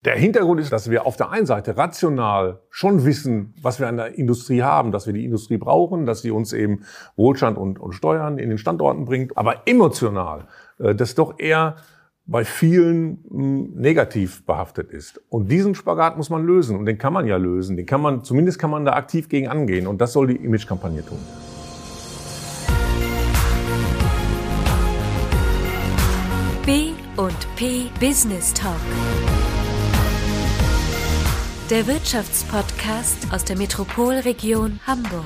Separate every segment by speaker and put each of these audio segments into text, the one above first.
Speaker 1: Der Hintergrund ist, dass wir auf der einen Seite rational schon wissen, was wir an der Industrie haben, dass wir die Industrie brauchen, dass sie uns eben Wohlstand und Steuern in den Standorten bringt, aber emotional das doch eher bei vielen negativ behaftet ist. Und diesen Spagat muss man lösen und den kann man ja lösen. Zumindest kann man da aktiv gegen angehen und das soll die Imagekampagne tun.
Speaker 2: B&P Business Talk. Der Wirtschaftspodcast aus der Metropolregion Hamburg.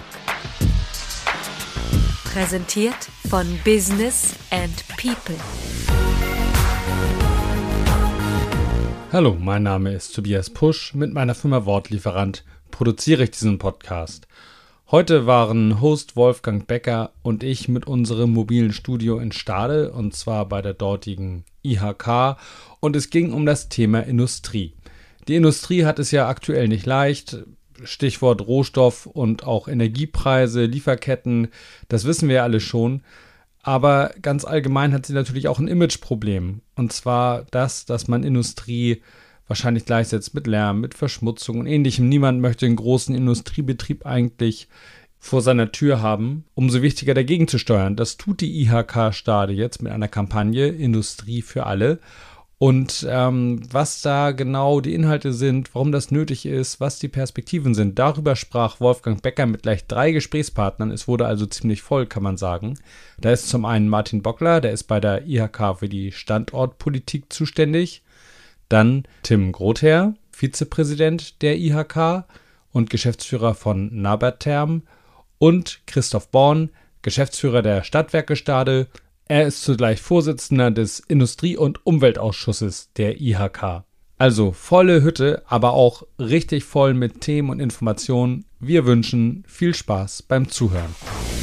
Speaker 2: Präsentiert von Business and People.
Speaker 3: Hallo, mein Name ist Tobias Pusch. Mit meiner Firma Wortlieferant produziere ich diesen Podcast. Heute waren Host Wolfgang Becker und ich mit unserem mobilen Studio in Stade, und zwar bei der dortigen IHK, und es ging um das Thema Industrie. Die Industrie hat es ja aktuell nicht leicht. Stichwort Rohstoff und auch Energiepreise, Lieferketten, das wissen wir ja alle schon. Aber ganz allgemein hat sie natürlich auch ein Imageproblem. Und zwar das, dass man Industrie wahrscheinlich gleichsetzt mit Lärm, mit Verschmutzung und Ähnlichem. Niemand möchte einen großen Industriebetrieb eigentlich vor seiner Tür haben. Umso wichtiger dagegen zu steuern. Das tut die IHK Stade jetzt mit einer Kampagne Industrie für alle. Und was da genau die Inhalte sind, warum das nötig ist, was die Perspektiven sind, darüber sprach Wolfgang Becker mit gleich 3 Gesprächspartnern. Es wurde also ziemlich voll, kann man sagen. Da ist zum einen Martin Bockler, der ist bei der IHK für die Standortpolitik zuständig. Dann Tim Grother, Vizepräsident der IHK und Geschäftsführer von Nabertherm. Und Christoph Born, Geschäftsführer der Stadtwerke Stade. Er ist zugleich Vorsitzender des Industrie- und Umweltausschusses der IHK. Also volle Hütte, aber auch richtig voll mit Themen und Informationen. Wir wünschen viel Spaß beim Zuhören.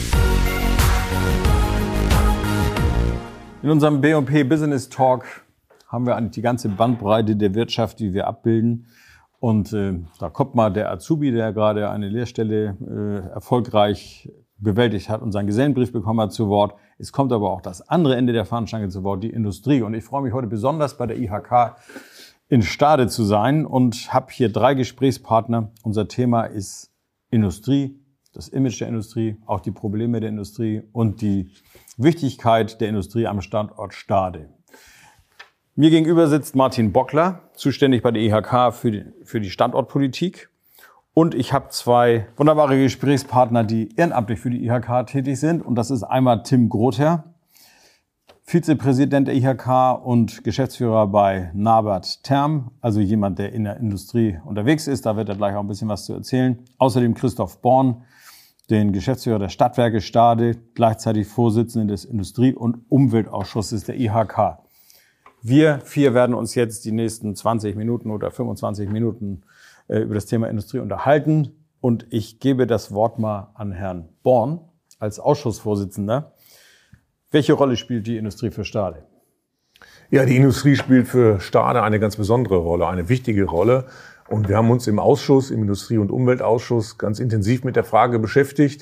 Speaker 4: In unserem B&P Business Talk haben wir eigentlich die ganze Bandbreite der Wirtschaft, die wir abbilden. Und da kommt mal der Azubi, der gerade eine Lehrstelle erfolgreich bewältigt hat und seinen Gesellenbrief bekommen hat, zu Wort. Es kommt aber auch das andere Ende der Fahnenstange zu Wort, die Industrie. Und ich freue mich heute besonders, bei der IHK in Stade zu sein und habe hier 3 Gesprächspartner. Unser Thema ist Industrie, das Image der Industrie, auch die Probleme der Industrie und die Wichtigkeit der Industrie am Standort Stade. Mir gegenüber sitzt Martin Bockler, zuständig bei der IHK für die Standortpolitik. Und ich habe 2 wunderbare Gesprächspartner, die ehrenamtlich für die IHK tätig sind. Und das ist einmal Tim Grother, Vizepräsident der IHK und Geschäftsführer bei Nabertherm, also jemand, der in der Industrie unterwegs ist. Da wird er gleich auch ein bisschen was zu erzählen. Außerdem Christoph Born, den Geschäftsführer der Stadtwerke Stade, gleichzeitig Vorsitzender des Industrie- und Umweltausschusses der IHK. Wir 4 werden uns jetzt die nächsten 20 Minuten oder 25 Minuten über das Thema Industrie unterhalten. Und ich gebe das Wort mal an Herrn Born als Ausschussvorsitzender. Welche Rolle spielt die Industrie für Stade?
Speaker 1: Ja, die Industrie spielt für Stade eine ganz besondere Rolle, eine wichtige Rolle. Und wir haben uns im Ausschuss, im Industrie- und Umweltausschuss, ganz intensiv mit der Frage beschäftigt,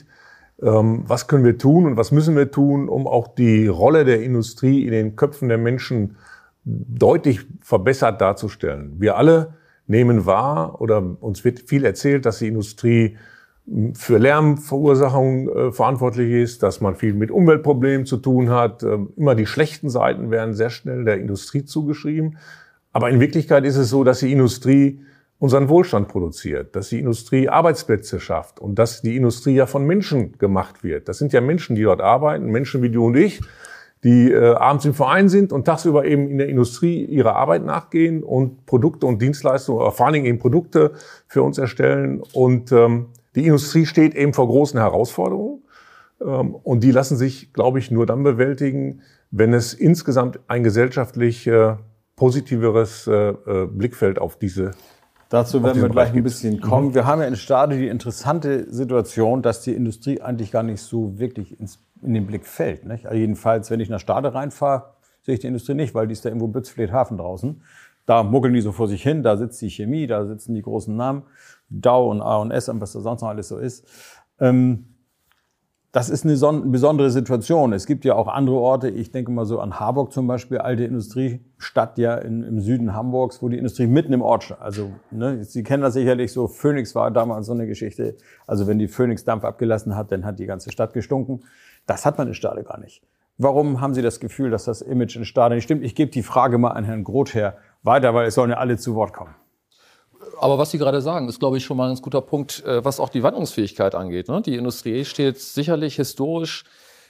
Speaker 1: was können wir tun und was müssen wir tun, um auch die Rolle der Industrie in den Köpfen der Menschen deutlich verbessert darzustellen. Wir alle nehmen wahr oder uns wird viel erzählt, dass die Industrie für Lärmverursachung verantwortlich ist, dass man viel mit Umweltproblemen zu tun hat. Immer die schlechten Seiten werden sehr schnell der Industrie zugeschrieben. Aber in Wirklichkeit ist es so, dass die Industrie unseren Wohlstand produziert, dass die Industrie Arbeitsplätze schafft und dass die Industrie ja von Menschen gemacht wird. Das sind ja Menschen, die dort arbeiten, Menschen wie du und ich, die abends im Verein sind und tagsüber eben in der Industrie ihrer Arbeit nachgehen und Produkte und Dienstleistungen, oder vor allen Dingen eben Produkte für uns erstellen. Und die Industrie steht eben vor großen Herausforderungen. Und die lassen sich, glaube ich, nur dann bewältigen, wenn es insgesamt ein gesellschaftlich positiveres Blickfeld auf diese
Speaker 4: Dazu werden wir gleich ein bisschen kommen. Wir haben ja in Stade die interessante Situation, dass die Industrie eigentlich gar nicht so wirklich in den Blick fällt. Nicht? Also jedenfalls, wenn ich nach Stade reinfahre, sehe ich die Industrie nicht, weil die ist da irgendwo Bützfleethafen draußen. Da muckeln die so vor sich hin, da sitzt die Chemie, da sitzen die großen Namen, Dow und A&S und was da sonst noch alles so ist. Da das ist eine besondere Situation. Es gibt ja auch andere Orte, ich denke mal so an Harburg zum Beispiel, alte Industriestadt ja im Süden Hamburgs, wo die Industrie mitten im Ort steht. Also ne, Sie kennen das sicherlich so, Phoenix war damals so eine Geschichte. Also wenn die Phoenix Dampf abgelassen hat, dann hat die ganze Stadt gestunken. Das hat man in Stade gar nicht. Warum haben Sie das Gefühl, dass das Image in Stade nicht stimmt? Ich gebe die Frage mal an Herrn Grother weiter, weil es sollen ja alle zu Wort kommen.
Speaker 5: Aber was Sie gerade sagen, ist, glaube ich, schon mal ein ganz guter Punkt, was auch die Wandlungsfähigkeit angeht. Ne? Die Industrie steht sicherlich historisch,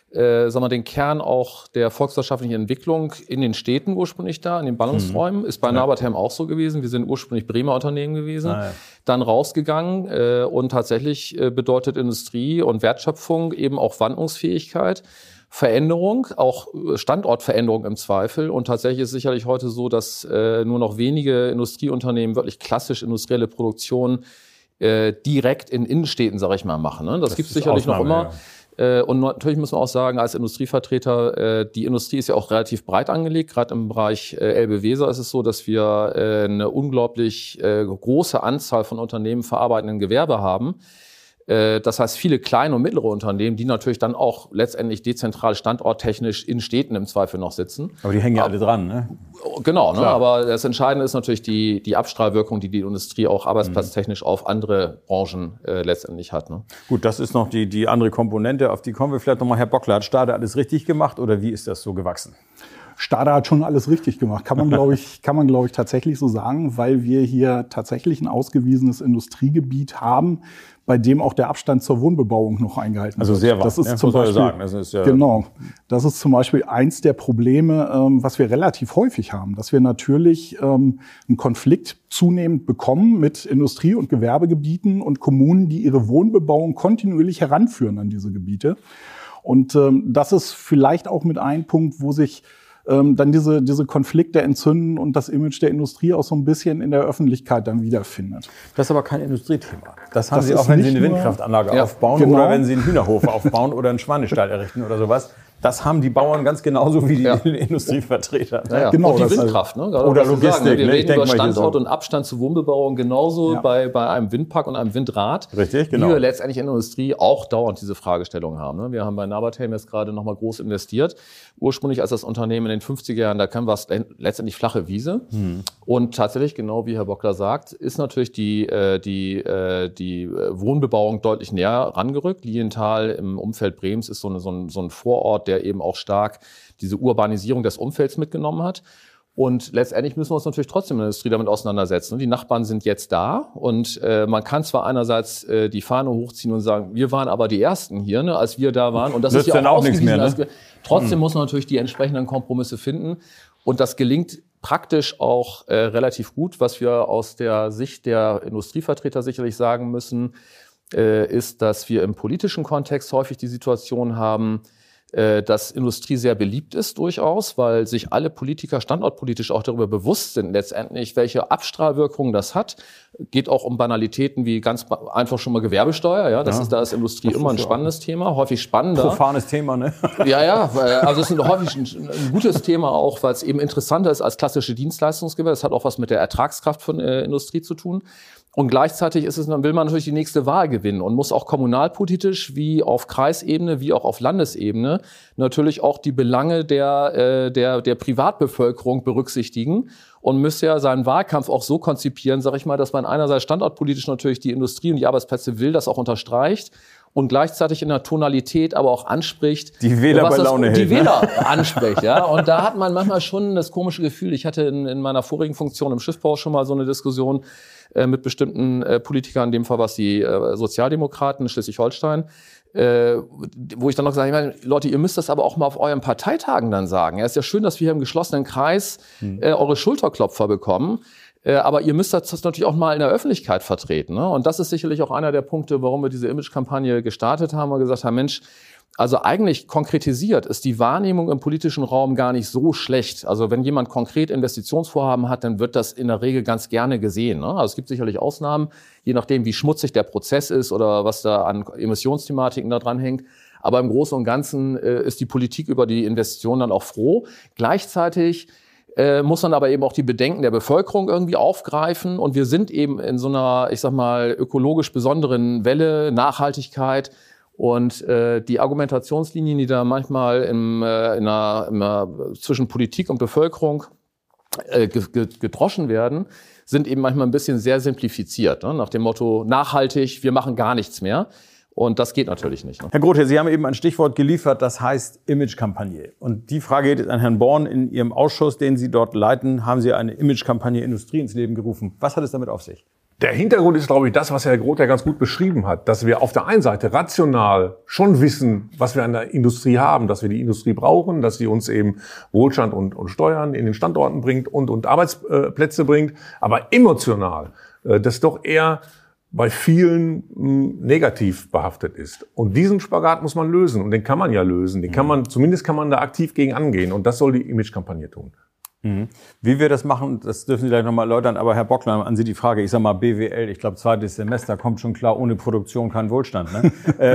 Speaker 5: den Kern auch der volkswirtschaftlichen Entwicklung in den Städten ursprünglich da, in den Ballungsräumen. Ist bei Naberthem auch so gewesen. Wir sind ursprünglich Bremer Unternehmen gewesen, dann rausgegangen und tatsächlich bedeutet Industrie und Wertschöpfung eben auch Wandlungsfähigkeit. Veränderung, auch Standortveränderung im Zweifel. Und tatsächlich ist es sicherlich heute so, dass nur noch wenige Industrieunternehmen wirklich klassisch industrielle Produktion direkt in Innenstädten, sag ich mal, machen. Ne? Das gibt es sicherlich noch immer. Ja. Und natürlich muss man auch sagen, als Industrievertreter, die Industrie ist ja auch relativ breit angelegt. Gerade im Bereich Elbe-Weser ist es so, dass wir eine unglaublich große Anzahl von Unternehmen verarbeitenden Gewerbe haben. Das heißt, viele kleine und mittlere Unternehmen, die natürlich dann auch letztendlich dezentral standorttechnisch in Städten im Zweifel noch sitzen.
Speaker 4: Aber die hängen ja alle dran, ne?
Speaker 5: Genau, ne? Aber das Entscheidende ist natürlich die Abstrahlwirkung, die Industrie auch arbeitsplatztechnisch auf andere Branchen letztendlich hat. Ne?
Speaker 4: Gut, das ist noch die andere Komponente, auf die kommen wir vielleicht nochmal. Herr Bockler, hat Stade alles richtig gemacht oder wie ist das so gewachsen?
Speaker 6: Stade hat schon alles richtig gemacht, kann man glaube ich tatsächlich so sagen, weil wir hier tatsächlich ein ausgewiesenes Industriegebiet haben, bei dem auch der Abstand zur Wohnbebauung noch eingehalten wird.
Speaker 4: Also sehr weit,
Speaker 6: das ist zum Beispiel, sagen. Das ist ja genau, das ist zum Beispiel eins der Probleme, was wir relativ häufig haben, dass wir natürlich einen Konflikt zunehmend bekommen mit Industrie- und Gewerbegebieten und Kommunen, die ihre Wohnbebauung kontinuierlich heranführen an diese Gebiete. Und das ist vielleicht auch mit einem Punkt, wo sich dann diese Konflikte entzünden und das Image der Industrie auch so ein bisschen in der Öffentlichkeit dann wiederfindet.
Speaker 4: Das ist aber kein Industriethema. Das haben Sie auch, wenn Sie eine Windkraftanlage aufbauen oder wenn Sie einen Hühnerhof aufbauen oder einen Schweinestall errichten oder sowas. Das haben die Bauern ganz genauso wie die Industrievertreter.
Speaker 5: Ja. Genau, auch die Windkraft. Ne?
Speaker 4: Oder Logistik.
Speaker 5: Sagen, wir reden über Standort und Abstand zur Wohnbebauung genauso bei einem Windpark und einem Windrad.
Speaker 4: Richtig, genau.
Speaker 5: Wie wir letztendlich in der Industrie auch dauernd diese Fragestellung haben. Ne? Wir haben bei Naberthem jetzt gerade nochmal groß investiert. Ursprünglich als das Unternehmen in den 50er Jahren, da war es letztendlich flache Wiese. Und tatsächlich, genau wie Herr Bockler sagt, ist natürlich die Wohnbebauung deutlich näher rangerückt. Lilienthal im Umfeld Brems ist so ein Vorort, der eben auch stark diese Urbanisierung des Umfelds mitgenommen hat. Und letztendlich müssen wir uns natürlich trotzdem in der Industrie damit auseinandersetzen. Die Nachbarn sind jetzt da und man kann zwar einerseits die Fahne hochziehen und sagen, wir waren aber die Ersten hier, ne, als wir da waren. Und das ist ja auch nichts mehr. Ne? Trotzdem muss man natürlich die entsprechenden Kompromisse finden. Und das gelingt praktisch auch relativ gut. Was wir aus der Sicht der Industrievertreter sicherlich sagen müssen, ist, dass wir im politischen Kontext häufig die Situation haben, dass Industrie sehr beliebt ist durchaus, weil sich alle Politiker standortpolitisch auch darüber bewusst sind, letztendlich, welche Abstrahlwirkungen das hat. Geht auch um Banalitäten wie ganz einfach schon mal Gewerbesteuer. Ja, da ist Industrie immer ein spannendes Thema, häufig spannender.
Speaker 4: Profanes Thema, ne?
Speaker 5: Ja, also es ist häufig ein gutes Thema auch, weil es eben interessanter ist als klassische Dienstleistungsgewerbe. Das hat auch was mit der Ertragskraft von Industrie zu tun. Und gleichzeitig will man natürlich die nächste Wahl gewinnen und muss auch kommunalpolitisch wie auf Kreisebene, wie auch auf Landesebene natürlich auch die Belange der Privatbevölkerung berücksichtigen und müsste ja seinen Wahlkampf auch so konzipieren, sag ich mal, dass man einerseits standortpolitisch natürlich die Industrie und die Arbeitsplätze will, das auch unterstreicht und gleichzeitig in der Tonalität aber auch anspricht.
Speaker 4: Die Wähler bei Laune hält.
Speaker 5: Die Wähler anspricht, ja. Und da hat man manchmal schon das komische Gefühl, ich hatte in meiner vorigen Funktion im Schiffbau schon mal so eine Diskussion mit bestimmten Politikern, in dem Fall was die Sozialdemokraten in Schleswig-Holstein, wo ich dann noch gesagt habe, Leute, ihr müsst das aber auch mal auf euren Parteitagen dann sagen. Ja, ist ja schön, dass wir hier im geschlossenen Kreis eure Schulterklopfer bekommen. Aber ihr müsst das natürlich auch mal in der Öffentlichkeit vertreten. Ne? Und das ist sicherlich auch einer der Punkte, warum wir diese Image-Kampagne gestartet haben und gesagt haben, Mensch, also eigentlich konkretisiert ist die Wahrnehmung im politischen Raum gar nicht so schlecht. Also wenn jemand konkret Investitionsvorhaben hat, dann wird das in der Regel ganz gerne gesehen. Ne? Also es gibt sicherlich Ausnahmen, je nachdem, wie schmutzig der Prozess ist oder was da an Emissionsthematiken da dran hängt. Aber im Großen und Ganzen ist die Politik über die Investitionen dann auch froh. Gleichzeitig muss man aber eben auch die Bedenken der Bevölkerung irgendwie aufgreifen. Und wir sind eben in so einer, ich sag mal, ökologisch besonderen Welle, Nachhaltigkeit. Und die Argumentationslinien, die da manchmal zwischen Politik und Bevölkerung gedroschen werden, sind eben manchmal ein bisschen sehr simplifiziert, ne? Nach dem Motto, nachhaltig, wir machen gar nichts mehr. Und das geht natürlich nicht. Ne?
Speaker 4: Herr Grothe, Sie haben eben ein Stichwort geliefert, das heißt Imagekampagne. Und die Frage geht an Herrn Born. In Ihrem Ausschuss, den Sie dort leiten, haben Sie eine Imagekampagne Industrie ins Leben gerufen. Was hat es damit auf sich?
Speaker 1: Der Hintergrund ist, glaube ich, das, was Herr Grothe ganz gut beschrieben hat, dass wir auf der einen Seite rational schon wissen, was wir an der Industrie haben, dass wir die Industrie brauchen, dass sie uns eben Wohlstand und Steuern in den Standorten bringt und Arbeitsplätze bringt, aber emotional das doch eher bei vielen negativ behaftet ist. Und diesen Spagat muss man lösen. Und den kann man ja lösen. Zumindest kann man da aktiv gegen angehen. Und das soll die Imagekampagne tun.
Speaker 4: Wie wir das machen, das dürfen Sie gleich nochmal erläutern. Aber Herr Bockler, an Sie die Frage. Ich sag mal BWL, ich glaube 2. Semester, kommt schon klar, ohne Produktion kein Wohlstand. Ne?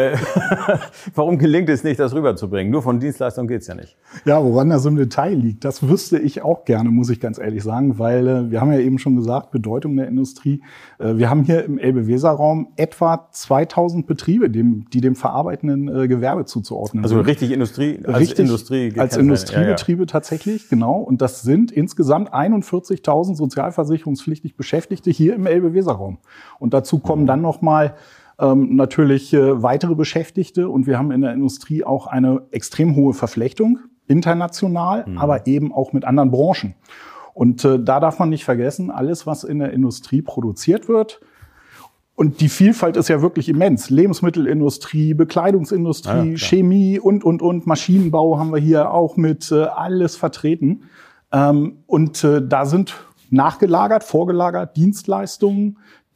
Speaker 4: Warum gelingt es nicht, das rüberzubringen? Nur von Dienstleistungen geht's ja nicht.
Speaker 6: Ja, woran das im Detail liegt, das wüsste ich auch gerne, muss ich ganz ehrlich sagen. Weil wir haben ja eben schon gesagt, Bedeutung der Industrie. Wir haben hier im Elbe-Weser-Raum etwa 2000 Betriebe, die dem verarbeitenden Gewerbe zuzuordnen sind.
Speaker 4: Also richtig Industrie, als
Speaker 6: Industriebetriebe tatsächlich, genau. Und das sind insgesamt 41.000 sozialversicherungspflichtig Beschäftigte hier im Elbe-Weser-Raum. Und dazu kommen dann nochmal natürlich weitere Beschäftigte. Und wir haben in der Industrie auch eine extrem hohe Verflechtung, international, aber eben auch mit anderen Branchen. Und da darf man nicht vergessen, alles, was in der Industrie produziert wird, und die Vielfalt ist ja wirklich immens. Lebensmittelindustrie, Bekleidungsindustrie, Chemie und Maschinenbau haben wir hier auch mit alles vertreten. Da sind nachgelagert, vorgelagert Dienstleistungen,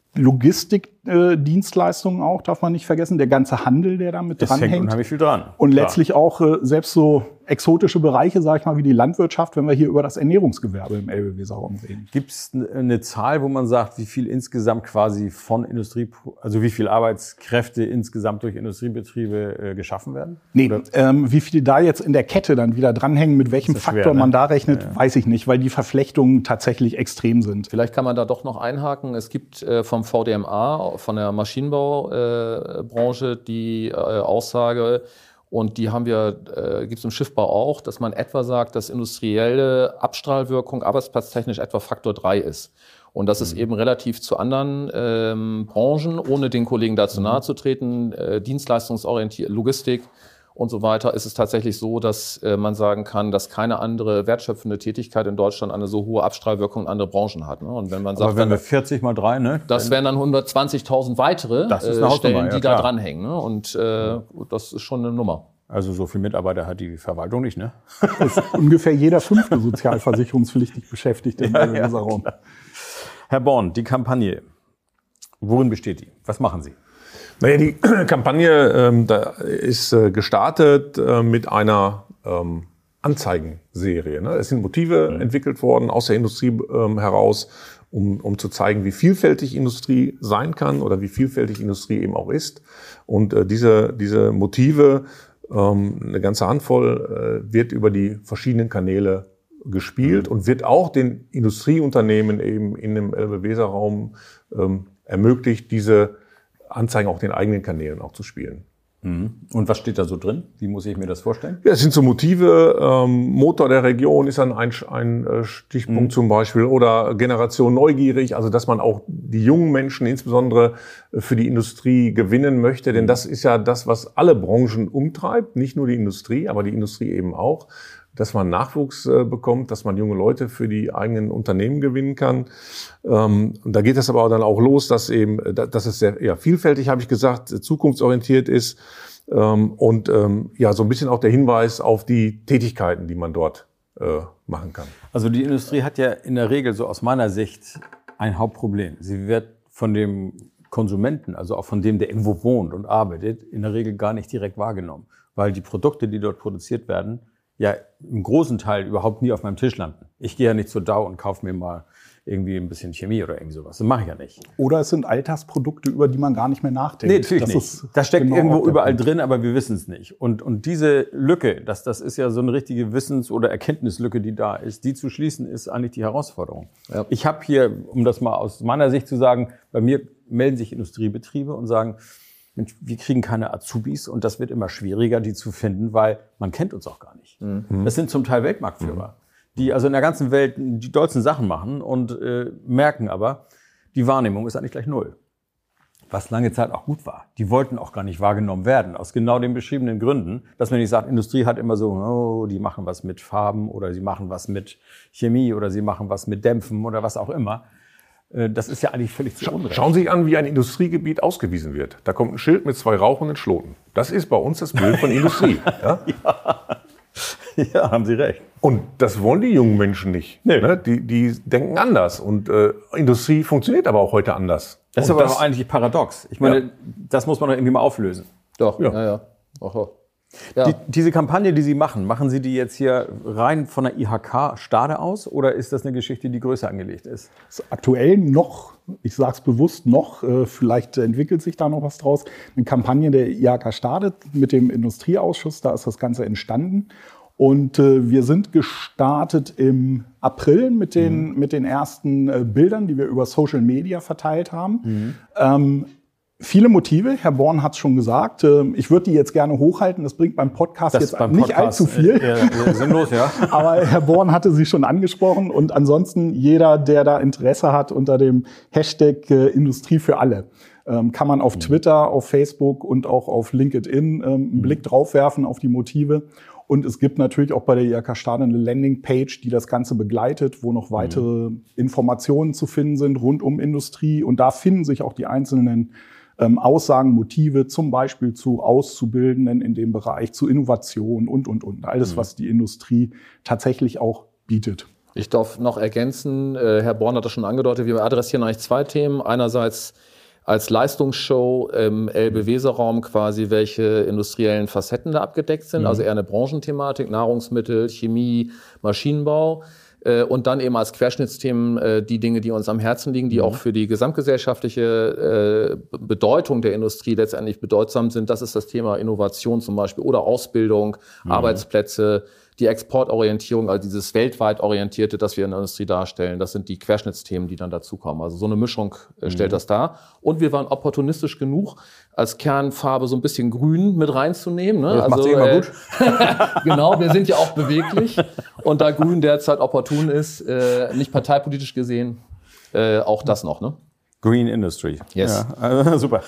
Speaker 6: Logistikdienstleistungen auch, darf man nicht vergessen. Der ganze Handel, der da mit dranhängt.
Speaker 4: Hängt unheimlich viel dran.
Speaker 6: Und letztlich auch selbst so exotische Bereiche, sage ich mal, wie die Landwirtschaft, wenn wir hier über das Ernährungsgewerbe im Elbe-Weser-Raum reden.
Speaker 4: Gibt es eine Zahl, wo man sagt, wie viel insgesamt quasi von Industrie, also wie viel Arbeitskräfte insgesamt durch Industriebetriebe geschaffen werden?
Speaker 6: Nee, wie viele da jetzt in der Kette dann wieder dranhängen, mit welchem Faktor schwer, ne? Man da rechnet, weiß ich nicht, weil die Verflechtungen tatsächlich extrem sind.
Speaker 5: Vielleicht kann man da doch noch einhaken. Es gibt vom VDMA, von der Maschinenbaubranche, die Aussage, und die gibt es im Schiffbau auch, dass man etwa sagt, dass industrielle Abstrahlwirkung arbeitsplatztechnisch etwa Faktor 3 ist. Und das ist eben relativ zu anderen Branchen, ohne den Kollegen dazu nahe zu treten, dienstleistungsorientiert, Logistik und so weiter, ist es tatsächlich so, dass man sagen kann, dass keine andere wertschöpfende Tätigkeit in Deutschland eine so hohe Abstrahlwirkung in andere Branchen hat. Ne? Und wenn man sagt,
Speaker 4: aber wenn wir 40 mal 3, ne?
Speaker 5: Das wären dann 120.000 weitere Stellen, die da dranhängen. Ne? Und das ist schon eine Nummer.
Speaker 4: Also so viele Mitarbeiter hat die Verwaltung nicht, ne?
Speaker 6: Das ist ungefähr jeder 5. sozialversicherungspflichtig Beschäftigte im Elbe-Weser-Raum.
Speaker 4: Herr Born, die Kampagne, worin besteht die? Was machen Sie?
Speaker 1: Naja, die Kampagne da ist gestartet mit einer Anzeigenserie. Ne? Es sind Motive entwickelt worden aus der Industrie heraus, um zu zeigen, wie vielfältig Industrie sein kann oder wie vielfältig Industrie eben auch ist. Und diese Motive, eine ganze Handvoll, wird über die verschiedenen Kanäle gespielt und wird auch den Industrieunternehmen eben in dem Elbe-Weser-Raum ermöglicht, diese Anzeigen auch den eigenen Kanälen auch zu spielen.
Speaker 4: Und was steht da so drin? Wie muss ich mir das vorstellen?
Speaker 1: Ja, es sind so Motive, Motor der Region ist dann ein Stichpunkt zum Beispiel, oder Generation neugierig, also dass man auch die jungen Menschen insbesondere für die Industrie gewinnen möchte, denn das ist ja das, was alle Branchen umtreibt, nicht nur die Industrie, aber die Industrie eben auch, dass man Nachwuchs bekommt, dass man junge Leute für die eigenen Unternehmen gewinnen kann. Und da geht es aber dann auch los, dass es sehr vielfältig, habe ich gesagt, zukunftsorientiert ist und so ein bisschen auch der Hinweis auf die Tätigkeiten, die man dort machen kann.
Speaker 4: Also die Industrie hat ja in der Regel, so aus meiner Sicht, ein Hauptproblem. Sie wird von dem Konsumenten, also auch von dem, der irgendwo wohnt und arbeitet, in der Regel gar nicht direkt wahrgenommen, weil die Produkte, die dort produziert werden, ja im großen Teil überhaupt nie auf meinem Tisch landen. Ich gehe ja nicht zur Dow und kaufe mir mal irgendwie ein bisschen Chemie oder irgend sowas. Das mache ich ja nicht.
Speaker 6: Oder es sind Alltagsprodukte, über die man gar nicht mehr nachdenkt.
Speaker 4: Nee, natürlich nicht. Das steckt genau irgendwo überall drin, aber wir wissen es nicht. Und diese Lücke, das ist ja so eine richtige Wissens- oder Erkenntnislücke, die da ist, die zu schließen, ist eigentlich die Herausforderung. Ja. Ich habe hier, um das mal aus meiner Sicht zu sagen, bei mir melden sich Industriebetriebe und sagen, Mensch, wir kriegen keine Azubis und das wird immer schwieriger, die zu finden, weil man kennt uns auch gar nicht. Das sind zum Teil Weltmarktführer, die also in der ganzen Welt die dollsten Sachen machen und merken aber, die Wahrnehmung ist eigentlich gleich null. Was lange Zeit auch gut war. Die wollten auch gar nicht wahrgenommen werden, aus genau den beschriebenen Gründen, dass man nicht sagt, Industrie hat immer so, oh, die machen was mit Farben oder sie machen was mit Chemie oder sie machen was mit Dämpfen oder was auch immer. Das ist ja eigentlich völlig zu Unrecht.
Speaker 1: Schauen Sie sich an, wie ein Industriegebiet ausgewiesen wird. Da kommt ein Schild mit 2 rauchenden Schloten. Das ist bei uns das Bild von Industrie. Ja?
Speaker 4: Ja, haben Sie recht.
Speaker 1: Und das wollen die jungen Menschen nicht.
Speaker 4: Nee.
Speaker 1: Ne? Die denken anders. Und Industrie funktioniert aber auch heute anders.
Speaker 4: Das ist aber auch eigentlich paradox. Ich meine, das muss man doch irgendwie mal auflösen.
Speaker 5: Doch,
Speaker 1: Ja.
Speaker 5: ja. Oho. Ja.
Speaker 4: Diese Kampagne, die Sie machen Sie die jetzt hier rein von der IHK Stade aus oder ist das eine Geschichte, die größer angelegt ist?
Speaker 6: Das ist aktuell noch, ich sage es bewusst noch, vielleicht entwickelt sich da noch was draus, eine Kampagne der IHK Stade mit dem Industrieausschuss, da ist das Ganze entstanden. Und wir sind gestartet im April mit den ersten Bildern, die wir über Social Media verteilt haben. Viele Motive, Herr Born hat es schon gesagt. Ich würde die jetzt gerne hochhalten. Das bringt beim Podcast nicht allzu viel.
Speaker 4: Sinnlos, ja.
Speaker 6: Aber Herr Born hatte sie schon angesprochen. Und ansonsten jeder, der da Interesse hat, unter dem Hashtag Industrie für alle, kann man auf Twitter, auf Facebook und auch auf LinkedIn einen Blick drauf werfen auf die Motive. Und es gibt natürlich auch bei der IHK Stade eine Landingpage, die das Ganze begleitet, wo noch weitere Informationen zu finden sind rund um Industrie. Und da finden sich auch die einzelnen Aussagen, Motive, zum Beispiel zu Auszubildenden in dem Bereich, zu Innovation und. Alles, was die Industrie tatsächlich auch bietet.
Speaker 5: Ich darf noch ergänzen, Herr Born hat das schon angedeutet, wir adressieren eigentlich 2 Themen. Einerseits als Leistungsshow im Elbe-Weser-Raum quasi, welche industriellen Facetten da abgedeckt sind, also eher eine Branchenthematik, Nahrungsmittel, Chemie, Maschinenbau. Und dann eben als Querschnittsthemen die Dinge, die uns am Herzen liegen, die auch für die gesamtgesellschaftliche Bedeutung der Industrie letztendlich bedeutsam sind. Das ist das Thema Innovation zum Beispiel oder Ausbildung, Arbeitsplätze, die Exportorientierung, also dieses weltweit Orientierte, das wir in der Industrie darstellen. Das sind die Querschnittsthemen, die dann dazukommen. Also so eine Mischung stellt das dar. Und wir waren opportunistisch genug, als Kernfarbe so ein bisschen Grün mit reinzunehmen. Ne?
Speaker 4: Das macht sich immer gut.
Speaker 5: Genau, wir sind ja auch beweglich. Und da Grün derzeit opportun ist, nicht parteipolitisch gesehen, auch das noch. Ne?
Speaker 4: Green Industry.
Speaker 5: Yes.
Speaker 4: Ja, super.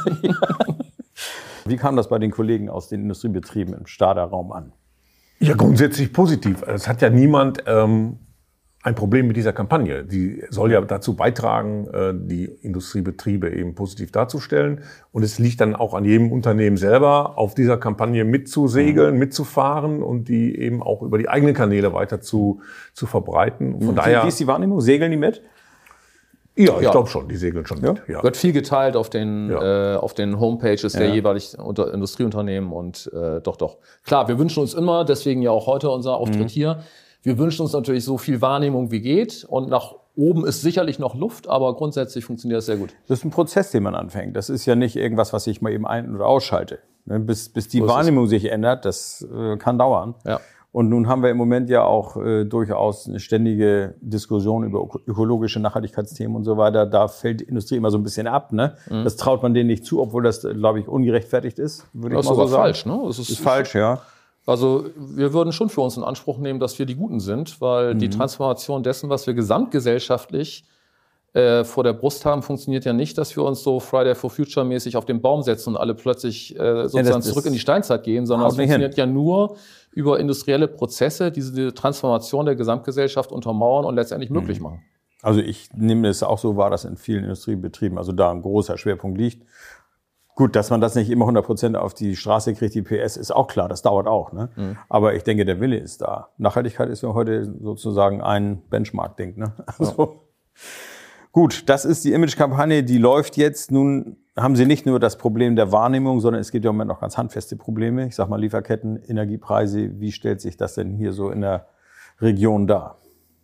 Speaker 4: Wie kam das bei den Kollegen aus den Industriebetrieben im Stader Raum an?
Speaker 1: Ja, grundsätzlich positiv. Es hat ja niemand ein Problem mit dieser Kampagne. Die soll ja dazu beitragen, die Industriebetriebe eben positiv darzustellen. Und es liegt dann auch an jedem Unternehmen selber, auf dieser Kampagne mitzusegeln, mitzufahren und die eben auch über die eigenen Kanäle weiter zu verbreiten. Von daher,
Speaker 4: wie ist die Wahrnehmung? Segeln die mit?
Speaker 1: Ja, ich glaube schon, die segeln schon mit. Ja.
Speaker 5: Wird viel geteilt auf den Homepages der jeweiligen Industrieunternehmen und doch. Klar, wir wünschen uns immer, deswegen ja auch heute unser Auftritt hier, wir wünschen uns natürlich so viel Wahrnehmung wie geht und nach oben ist sicherlich noch Luft, aber grundsätzlich funktioniert das sehr gut.
Speaker 4: Das ist ein Prozess, den man anfängt. Das ist ja nicht irgendwas, was ich mal eben ein- oder ausschalte. Bis die Wahrnehmung sich ändert, das kann dauern.
Speaker 5: Ja.
Speaker 4: Und nun haben wir im Moment ja auch durchaus eine ständige Diskussion über ökologische Nachhaltigkeitsthemen und so weiter. Da fällt die Industrie immer so ein bisschen ab. Ne? Das traut man denen nicht zu, obwohl das, glaube ich, ungerechtfertigt ist. Würde
Speaker 5: Das
Speaker 4: ich
Speaker 5: ist
Speaker 4: mal
Speaker 5: sogar
Speaker 4: so sagen.
Speaker 5: falsch, ne? Das
Speaker 4: ist falsch, ja.
Speaker 5: Also wir würden schon für uns in Anspruch nehmen, dass wir die Guten sind, weil die Transformation dessen, was wir gesamtgesellschaftlich vor der Brust haben, funktioniert ja nicht, dass wir uns so Friday for Future mäßig auf den Baum setzen und alle plötzlich sozusagen zurück in die Steinzeit gehen, sondern es funktioniert ja nur über industrielle Prozesse, die diese Transformation der Gesamtgesellschaft untermauern und letztendlich möglich machen.
Speaker 4: Also ich nehme es auch so wahr, dass in vielen Industriebetrieben also da ein großer Schwerpunkt liegt. Gut, dass man das nicht immer 100% auf die Straße kriegt, die PS, ist auch klar, das dauert auch. Ne? Aber ich denke, der Wille ist da. Nachhaltigkeit ist ja heute sozusagen ein Benchmark-Ding. Ne? Also, gut, das ist die Image-Kampagne, die läuft jetzt. Nun haben Sie nicht nur das Problem der Wahrnehmung, sondern es gibt ja im Moment noch ganz handfeste Probleme. Ich sag mal Lieferketten, Energiepreise. Wie stellt sich das denn hier so in der Region dar?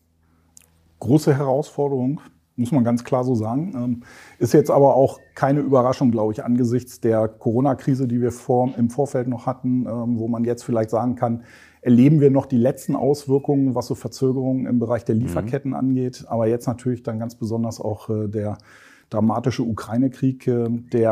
Speaker 6: Große Herausforderung, muss man ganz klar so sagen. Ist jetzt aber auch keine Überraschung, glaube ich, angesichts der Corona-Krise, die wir im Vorfeld noch hatten, wo man jetzt vielleicht sagen kann, erleben wir noch die letzten Auswirkungen, was so Verzögerungen im Bereich der Lieferketten angeht. Aber jetzt natürlich dann ganz besonders auch der dramatische Ukraine-Krieg, der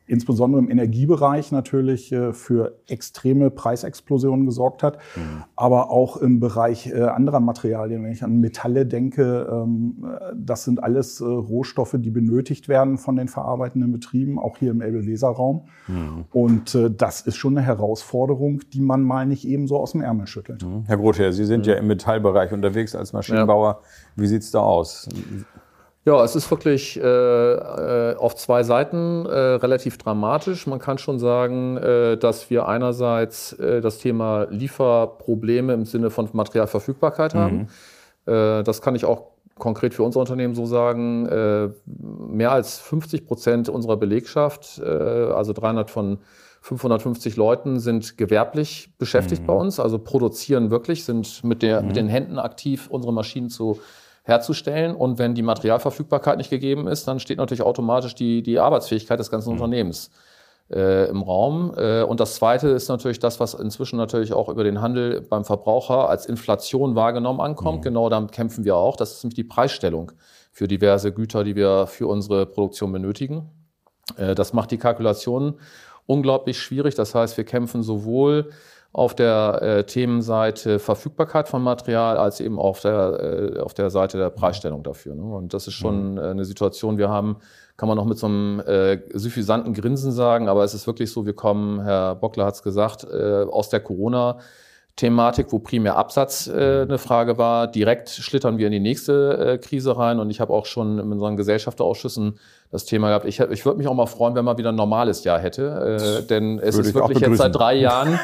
Speaker 6: insbesondere im Energiebereich natürlich für extreme Preisexplosionen gesorgt hat, aber auch im Bereich anderer Materialien. Wenn ich an Metalle denke, das sind alles Rohstoffe, die benötigt werden von den verarbeitenden Betrieben, auch hier im Elbe-Weser-Raum. Und das ist schon eine Herausforderung, die man mal nicht eben so aus dem Ärmel schüttelt.
Speaker 4: Herr Grother, Sie sind ja im Metallbereich unterwegs als Maschinenbauer. Wie sieht's da aus?
Speaker 5: Ja, es ist wirklich auf zwei Seiten relativ dramatisch. Man kann schon sagen, dass wir einerseits das Thema Lieferprobleme im Sinne von Materialverfügbarkeit haben. Das kann ich auch konkret für unser Unternehmen so sagen. Mehr als 50% unserer Belegschaft, also 300 von 550 Leuten, sind gewerblich beschäftigt bei uns, also produzieren wirklich, sind mit den Händen aktiv, unsere Maschinen herzustellen. Und wenn die Materialverfügbarkeit nicht gegeben ist, dann steht natürlich automatisch die Arbeitsfähigkeit des ganzen Unternehmens im Raum. Und das Zweite ist natürlich das, was inzwischen natürlich auch über den Handel beim Verbraucher als Inflation wahrgenommen ankommt. Genau damit kämpfen wir auch. Das ist nämlich die Preisstellung für diverse Güter, die wir für unsere Produktion benötigen. Das macht die Kalkulation unglaublich schwierig. Das heißt, wir kämpfen sowohl auf der Themenseite Verfügbarkeit von Material als eben auf der Seite der Preisstellung dafür. Ne? Und das ist schon eine Situation, wir haben, kann man noch mit so einem suffisanten Grinsen sagen, aber es ist wirklich so, wir kommen, Herr Bockler hat es gesagt, aus der Corona-Thematik, wo primär Absatz eine Frage war. Direkt schlittern wir in die nächste Krise rein und ich habe auch schon in unseren Gesellschafterausschüssen das Thema gehabt. Ich würde mich auch mal freuen, wenn man wieder ein normales Jahr hätte, denn es ist wirklich jetzt seit 3 Jahren,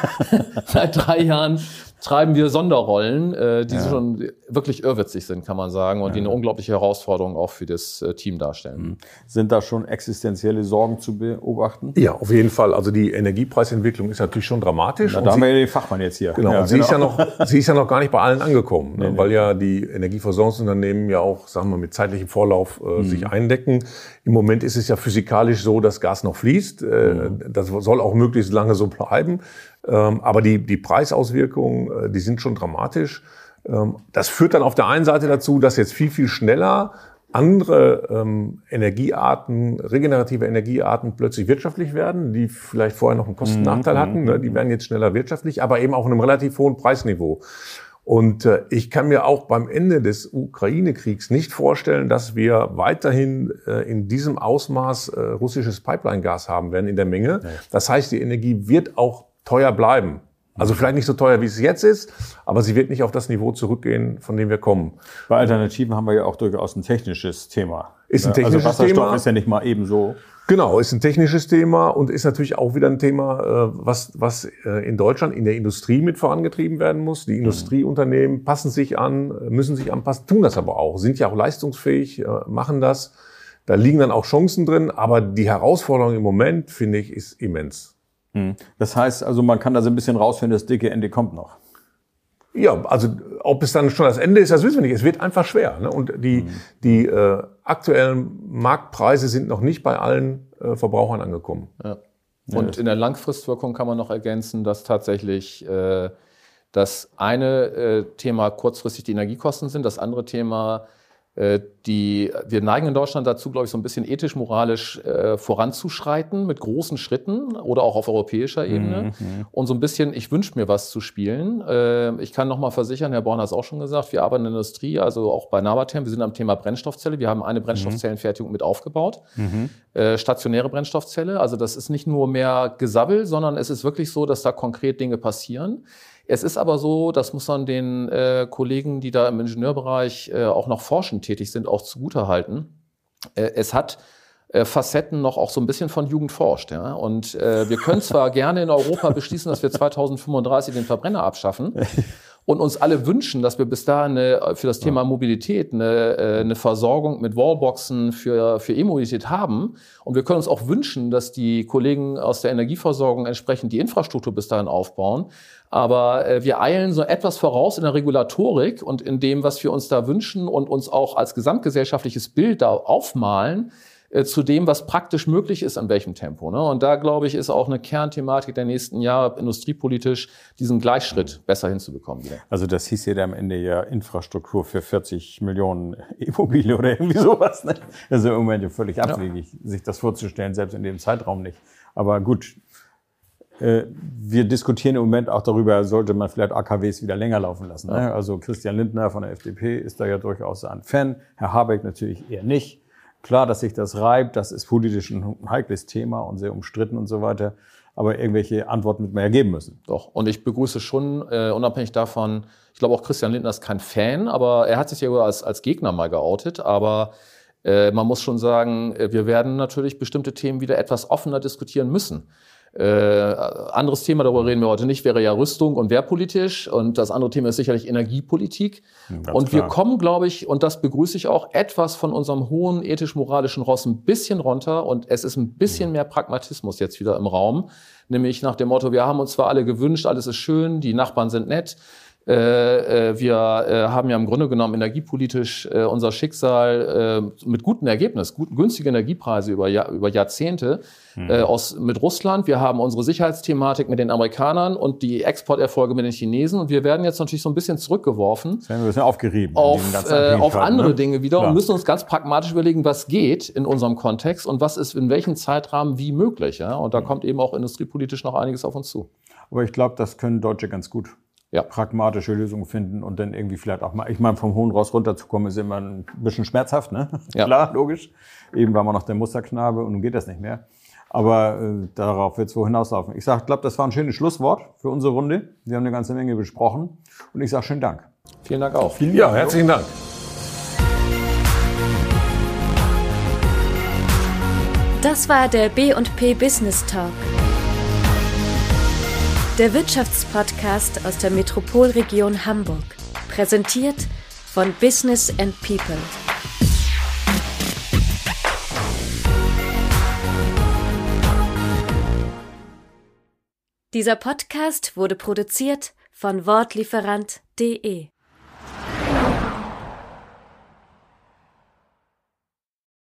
Speaker 5: treiben wir Sonderrollen, die schon wirklich irrwitzig sind, kann man sagen, und die eine unglaubliche Herausforderung auch für das Team darstellen.
Speaker 4: Sind da schon existenzielle Sorgen zu beobachten?
Speaker 1: Ja, auf jeden Fall. Also die Energiepreisentwicklung ist natürlich schon dramatisch.
Speaker 4: Da haben wir ja den Fachmann jetzt hier.
Speaker 1: Genau, und sie ist ja noch gar nicht bei allen angekommen, ne? Weil ja die Energieversorgungsunternehmen ja auch, sagen wir, mit zeitlichem Vorlauf sich eindecken. Im Moment ist es ja physikalisch so, dass Gas noch fließt. Das soll auch möglichst lange so bleiben. Aber die Preisauswirkungen, die sind schon dramatisch. Das führt dann auf der einen Seite dazu, dass jetzt viel, viel schneller andere Energiearten, regenerative Energiearten plötzlich wirtschaftlich werden, die vielleicht vorher noch einen Kostennachteil hatten. Ne? Die werden jetzt schneller wirtschaftlich, aber eben auch in einem relativ hohen Preisniveau. Und ich kann mir auch beim Ende des Ukraine-Kriegs nicht vorstellen, dass wir weiterhin in diesem Ausmaß russisches Pipeline-Gas haben werden in der Menge. Ja. Das heißt, die Energie wird auch teuer bleiben. Also vielleicht nicht so teuer, wie es jetzt ist, aber sie wird nicht auf das Niveau zurückgehen, von dem wir kommen.
Speaker 4: Bei Alternativen haben wir ja auch durchaus ein technisches Thema.
Speaker 1: Ist ein technisches
Speaker 4: also Wasserstoff
Speaker 1: Thema.
Speaker 4: Ist ja nicht mal ebenso.
Speaker 1: Genau, ist ein technisches Thema und ist natürlich auch wieder ein Thema, was in Deutschland in der Industrie mit vorangetrieben werden muss. Die Industrieunternehmen passen sich an, müssen sich anpassen, tun das aber auch, sind ja auch leistungsfähig, machen das. Da liegen dann auch Chancen drin, aber die Herausforderung im Moment, finde ich, ist immens.
Speaker 4: Das heißt also, man kann da so ein bisschen rausfinden, das dicke Ende kommt noch.
Speaker 1: Ja, also ob es dann schon das Ende ist, das wissen wir nicht. Es wird einfach schwer. Ne? Und die aktuellen Marktpreise sind noch nicht bei allen Verbrauchern angekommen.
Speaker 5: Ja. Und in der Langfristwirkung kann man noch ergänzen, dass tatsächlich das eine Thema kurzfristig die Energiekosten sind, das andere Thema wir neigen in Deutschland dazu, glaube ich, so ein bisschen ethisch-moralisch voranzuschreiten mit großen Schritten oder auch auf europäischer Ebene und so ein bisschen, ich wünsche mir was zu spielen. Ich kann noch mal versichern, Herr Born hat es auch schon gesagt, wir arbeiten in der Industrie, also auch bei Navaterm, wir sind am Thema Brennstoffzelle, wir haben eine Brennstoffzellenfertigung mit aufgebaut, stationäre Brennstoffzelle, also das ist nicht nur mehr Gesabbel, sondern es ist wirklich so, dass da konkret Dinge passieren. Es ist aber so, das muss man den Kollegen, die da im Ingenieurbereich auch noch forschend tätig sind, auch zugutehalten. Es hat Facetten noch auch so ein bisschen von Jugend forscht. Ja? Und wir können zwar gerne in Europa beschließen, dass wir 2035 den Verbrenner abschaffen und uns alle wünschen, dass wir bis dahin für das Thema Mobilität eine Versorgung mit Wallboxen für E-Mobilität haben. Und wir können uns auch wünschen, dass die Kollegen aus der Energieversorgung entsprechend die Infrastruktur bis dahin aufbauen. Aber wir eilen so etwas voraus in der Regulatorik und in dem, was wir uns da wünschen und uns auch als gesamtgesellschaftliches Bild da aufmalen, zu dem, was praktisch möglich ist, an welchem Tempo. Ne? Und da, glaube ich, ist auch eine Kernthematik der nächsten Jahre industriepolitisch, diesen Gleichschritt besser hinzubekommen wieder.
Speaker 4: Also das hieß ja am Ende ja Infrastruktur für 40 Millionen Immobilien oder irgendwie sowas. Ne? Also im Moment ja völlig abwegig, sich das vorzustellen, selbst in dem Zeitraum nicht. Aber gut, wir diskutieren im Moment auch darüber, sollte man vielleicht AKWs wieder länger laufen lassen. Ne? Also Christian Lindner von der FDP ist da ja durchaus ein Fan, Herr Habeck natürlich eher nicht. Klar, dass sich das reibt, das ist politisch ein heikles Thema und sehr umstritten und so weiter. Aber irgendwelche Antworten wird man ja geben müssen.
Speaker 5: Doch, und ich begrüße schon, unabhängig davon, ich glaube auch Christian Lindner ist kein Fan, aber er hat sich ja als Gegner mal geoutet. Aber man muss schon sagen, wir werden natürlich bestimmte Themen wieder etwas offener diskutieren müssen. Anderes Thema, darüber reden wir heute nicht, wäre ja Rüstung und wehrpolitisch. Und das andere Thema ist sicherlich Energiepolitik. Und wir kommen, glaube ich, und das begrüße ich auch, etwas von unserem hohen ethisch-moralischen Ross ein bisschen runter. Und es ist ein bisschen mehr Pragmatismus jetzt wieder im Raum. Nämlich nach dem Motto, wir haben uns zwar alle gewünscht, alles ist schön, die Nachbarn sind nett. Wir haben ja im Grunde genommen energiepolitisch unser Schicksal mit gutem Ergebnis, günstige Energiepreise über Jahrzehnte mit Russland. Wir haben unsere Sicherheitsthematik mit den Amerikanern und die Exporterfolge mit den Chinesen. Und wir werden jetzt natürlich so ein bisschen zurückgeworfen.
Speaker 4: Das werden wir ein bisschen aufgerieben.
Speaker 5: Auf andere Dinge wieder und müssen uns ganz pragmatisch überlegen, was geht in unserem Kontext und was ist in welchem Zeitrahmen wie möglich. Ja? Und da kommt eben auch industriepolitisch noch einiges auf uns zu.
Speaker 4: Aber ich glaube, das können Deutsche ganz gut. Ja. Pragmatische Lösungen finden und dann irgendwie vielleicht auch mal, ich meine, vom hohen Ross runterzukommen ist immer ein bisschen schmerzhaft, ne? Ja. Klar, logisch. Eben war man noch der Musterknabe und nun geht das nicht mehr. Aber darauf wird es wohl hinauslaufen. Ich glaube, das war ein schönes Schlusswort für unsere Runde. Wir haben eine ganze Menge besprochen und ich sage schönen Dank.
Speaker 5: Vielen Dank auch.
Speaker 1: Herzlichen Dank.
Speaker 2: Das war der B&P Business Talk. Der Wirtschaftspodcast aus der Metropolregion Hamburg. Präsentiert von Business and People. Dieser Podcast wurde produziert von Wortlieferant.de